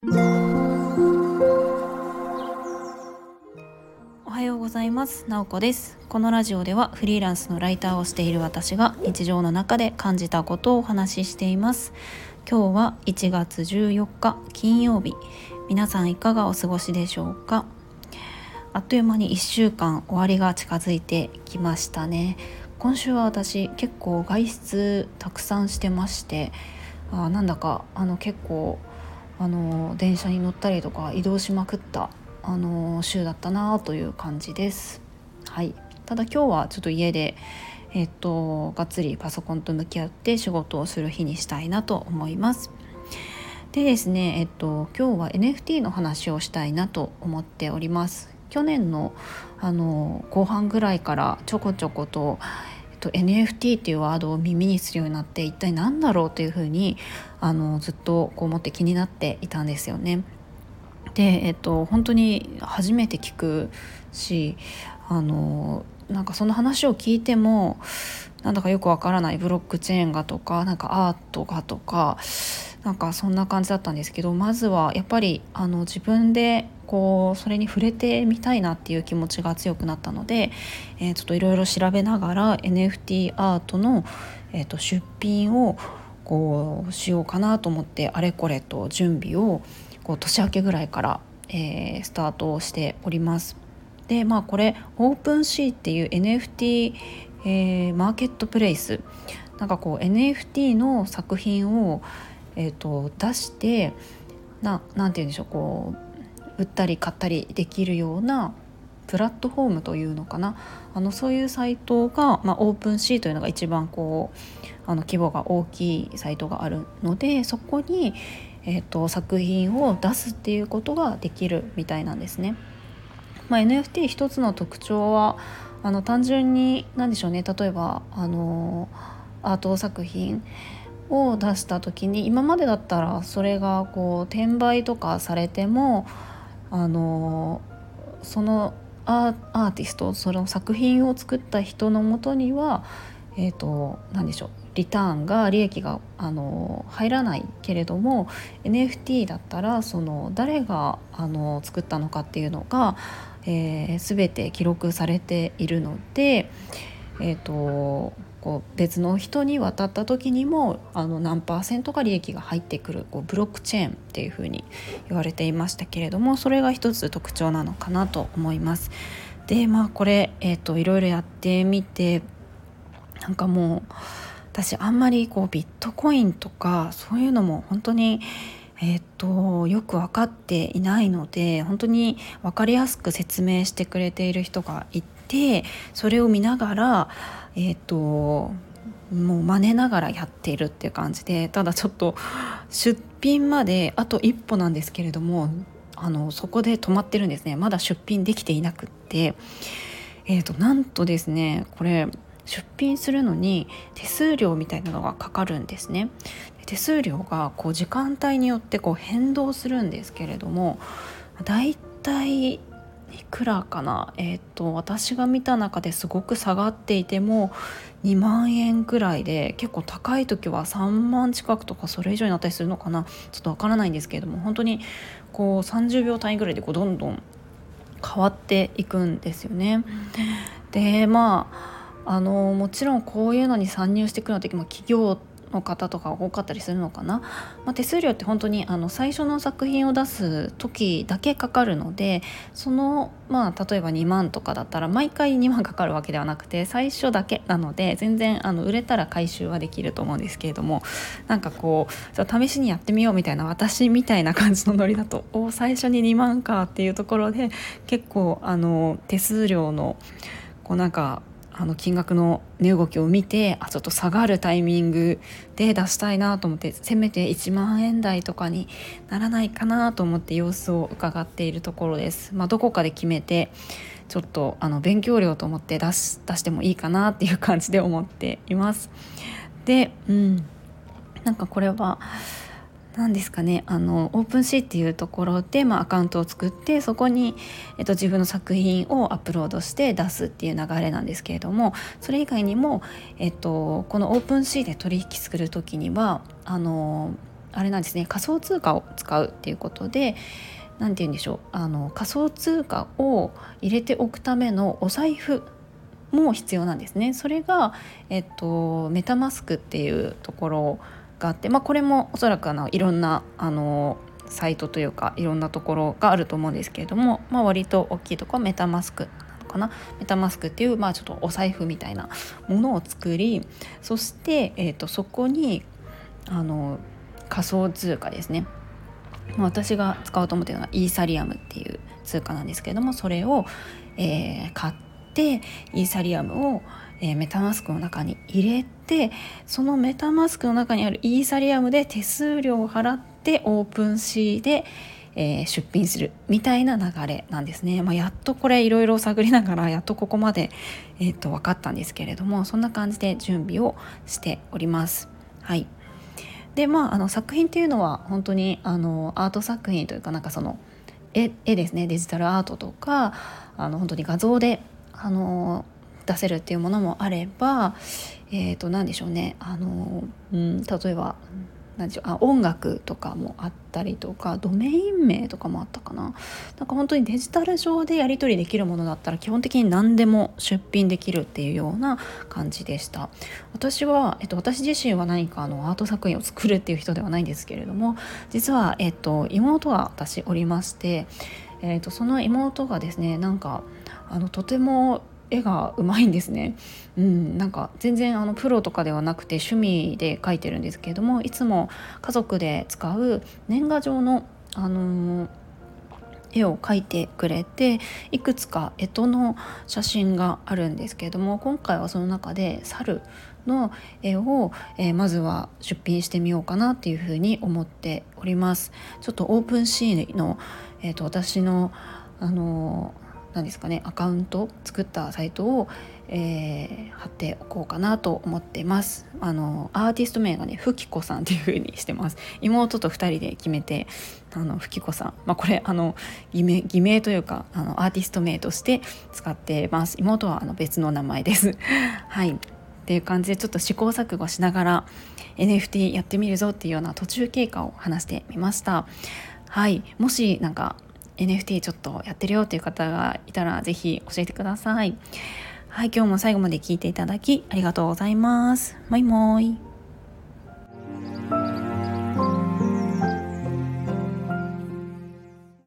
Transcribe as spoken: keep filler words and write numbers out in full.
おはようございます。なおこです。このラジオではフリーランスのライターをしている私が日常の中で感じたことをお話ししています。今日はいちがつじゅうよっか金曜日。皆さんいかがお過ごしでしょうか。あっという間にいっしゅうかん終わりが近づいてきましたね。今週は私結構外出たくさんしてまして、あなんだかあの結構あの電車に乗ったりとか移動しまくったあの週だったなという感じです。はい。ただ今日はちょっと家でえっとがっつりパソコンと向き合って仕事をする日にしたいなと思います。でですね、えっと今日は エヌエフティー の話をしたいなと思っております。去年のあの後半ぐらいからちょこちょこと、えっと、エヌエフティー っていうワードを耳にするようになって、一体何だろうというふうにあのずっとこう思って気になっていたんですよね。で、えっと、本当に初めて聞くし、あのなんかその話を聞いてもなんだかよくわからない、ブロックチェーンがとかなんかアートがとかなんかそんな感じだったんですけど、まずはやっぱりあの自分でこうそれに触れてみたいなっていう気持ちが強くなったので、えー、ちょっといろいろ調べながら エヌエフティー アートの、えー、と出品をこうしようかなと思って、あれこれと準備をこう年明けぐらいから、えー、スタートをしております。でまあこれオープンシーっていう エヌエフティー、えー、マーケットプレイス、なんかこう エヌエフティー の作品を、えー、と出してななんて言うんでしょう、こう売ったり買ったりできるようなプラットフォームというのかな、あのそういうサイトが、まあ、オープンシーというのが一番こうあの規模が大きいサイトがあるので、そこに、えー、と作品を出すっていうことができるみたいなんですね。まあ、エヌエフティー 一つの特徴はあの単純に何でしょうね、例えばあのアート作品を出した時に、今までだったらそれがこう転売とかされてもあのそのアー、アーティスト、その作品を作った人のもとには、えーと、何でしょう、リターンが利益があの入らないけれども、 エヌエフティー だったらその誰があの作ったのかっていうのが、えー、全て記録されているので、えーとこう別の人に渡った時にもあの何パーセントか利益が入ってくる、こうブロックチェーンっていうふうに言われていましたけれども、それが一つ特徴なのかなと思います。でまあこれ、えーと、いろいろやってみて、なんかもう私あんまりこうビットコインとかそういうのも本当にえー、とよく分かっていないので、本当に分かりやすく説明してくれている人がいて、それを見ながら、えー、ともう真似ながらやっているっていう感じで、ただちょっと出品まであと一歩なんですけれども、あのそこで止まってるんですね。まだ出品できていなくって、えー、となんとですね、これ出品するのに手数料みたいなのがかかるんですね。手数料がこう時間帯によってこう変動するんですけれども、だいたいいくらかな、えー、と私が見た中ですごく下がっていてもにまんえんくらいで、結構高い時はさんまん近くとかそれ以上になったりするのかな、ちょっとわからないんですけれども、本当にこうさんじゅうびょう単位ぐらいでこうどんどん変わっていくんですよね。でまああのもちろんこういうのに参入してくるのっても企業の方とか多かったりするのかな、まあ、手数料って本当にあの最初の作品を出す時だけかかるので、そのまあ例えばにまんとかだったら毎回にまんかかるわけではなくて、最初だけなので全然あの売れたら回収はできると思うんですけれども、なんかこう試しにやってみようみたいな、私みたいな感じのノリだとお最初ににまんかっていうところで結構あの手数料のこうなんかあの金額の値動きを見て、あちょっと下がるタイミングで出したいなと思って、せめていちまんえん台とかにならないかなと思って様子を伺っているところです。まあ、どこかで決めてちょっとあの勉強料と思って出し、出してもいいかなっていう感じで思っています。で、うん、なんかこれはなんですかね、あのオープンシーっていうところで、まあ、アカウントを作って、そこに、えっと、自分の作品をアップロードして出すっていう流れなんですけれども、それ以外にも、えっと、このオープンシーで取引する時にはあのあれなんですね、仮想通貨を使うっていうことで、なんて言うんでしょう、あの仮想通貨を入れておくためのお財布も必要なんですね。それが、えっと、メタマスクっていうところがあって、まあ、これもおそらくあのいろんなあのサイトというかいろんなところがあると思うんですけれども、まあ、割と大きいところはメタマスクなのかな。メタマスクっていう、まあ、ちょっとお財布みたいなものを作り、そして、えっと、そこにあの仮想通貨ですね、私が使おうと思っているのはイーサリアムっていう通貨なんですけれども、それを、えー、買ってイーサリアムを、えー、メタマスクの中に入れて、そのメタマスクの中にあるイーサリアムで手数料を払ってオープンシーで、えー、出品するみたいな流れなんですね。まあ、やっとこれいろいろ探りながらやっとここまで、えー、と分かったんですけれども、そんな感じで準備をしております。はい。でまあ、あの作品っていうのは本当にあのアート作品というか、なんかその 絵, 絵ですね、デジタルアートとか、あの本当に画像であの出せるっていうものもあれば、えー、と何でしょうね、あの、うん、例えば何でしょう、あ音楽とかもあったりとか、ドメイン名とかもあったかな。なんか本当にデジタル上でやり取りできるものだったら基本的に何でも出品できるっていうような感じでした。私は、えっと、私自身は何かあのアート作品を作るっていう人ではないんですけれども、実は、えっと、妹が私おりまして、えっと、その妹がですね、なんかあのとても絵がうまいんですね。うん、なんか全然あのプロとかではなくて趣味で描いてるんですけれども、いつも家族で使う年賀状の、あのー絵を描いてくれて、いくつか干支の写真があるんですけれども、今回はその中で猿の絵を、えー、まずは出品してみようかなっていうふうに思っております。ちょっとオープンシーの、えー、と私のあのー何ですかね、アカウント作ったサイトを、えー、貼っておこうかなと思っています。あのアーティスト名がね、ふきこさんっていう風にしてます。妹とふたりで決めて、あのふきこさん、まあ、これあの偽名、偽名というかあのアーティスト名として使ってます。妹はあの別の名前ですはいっていう感じで、ちょっと試行錯誤しながら エヌエフティー やってみるぞっていうような途中経過を話してみました。はい、もしなんかエヌエフティー ちょっとやってるよっていう方がいたらぜひ教えてください。はい、今日も最後まで聞いていただきありがとうございます。もいもーい。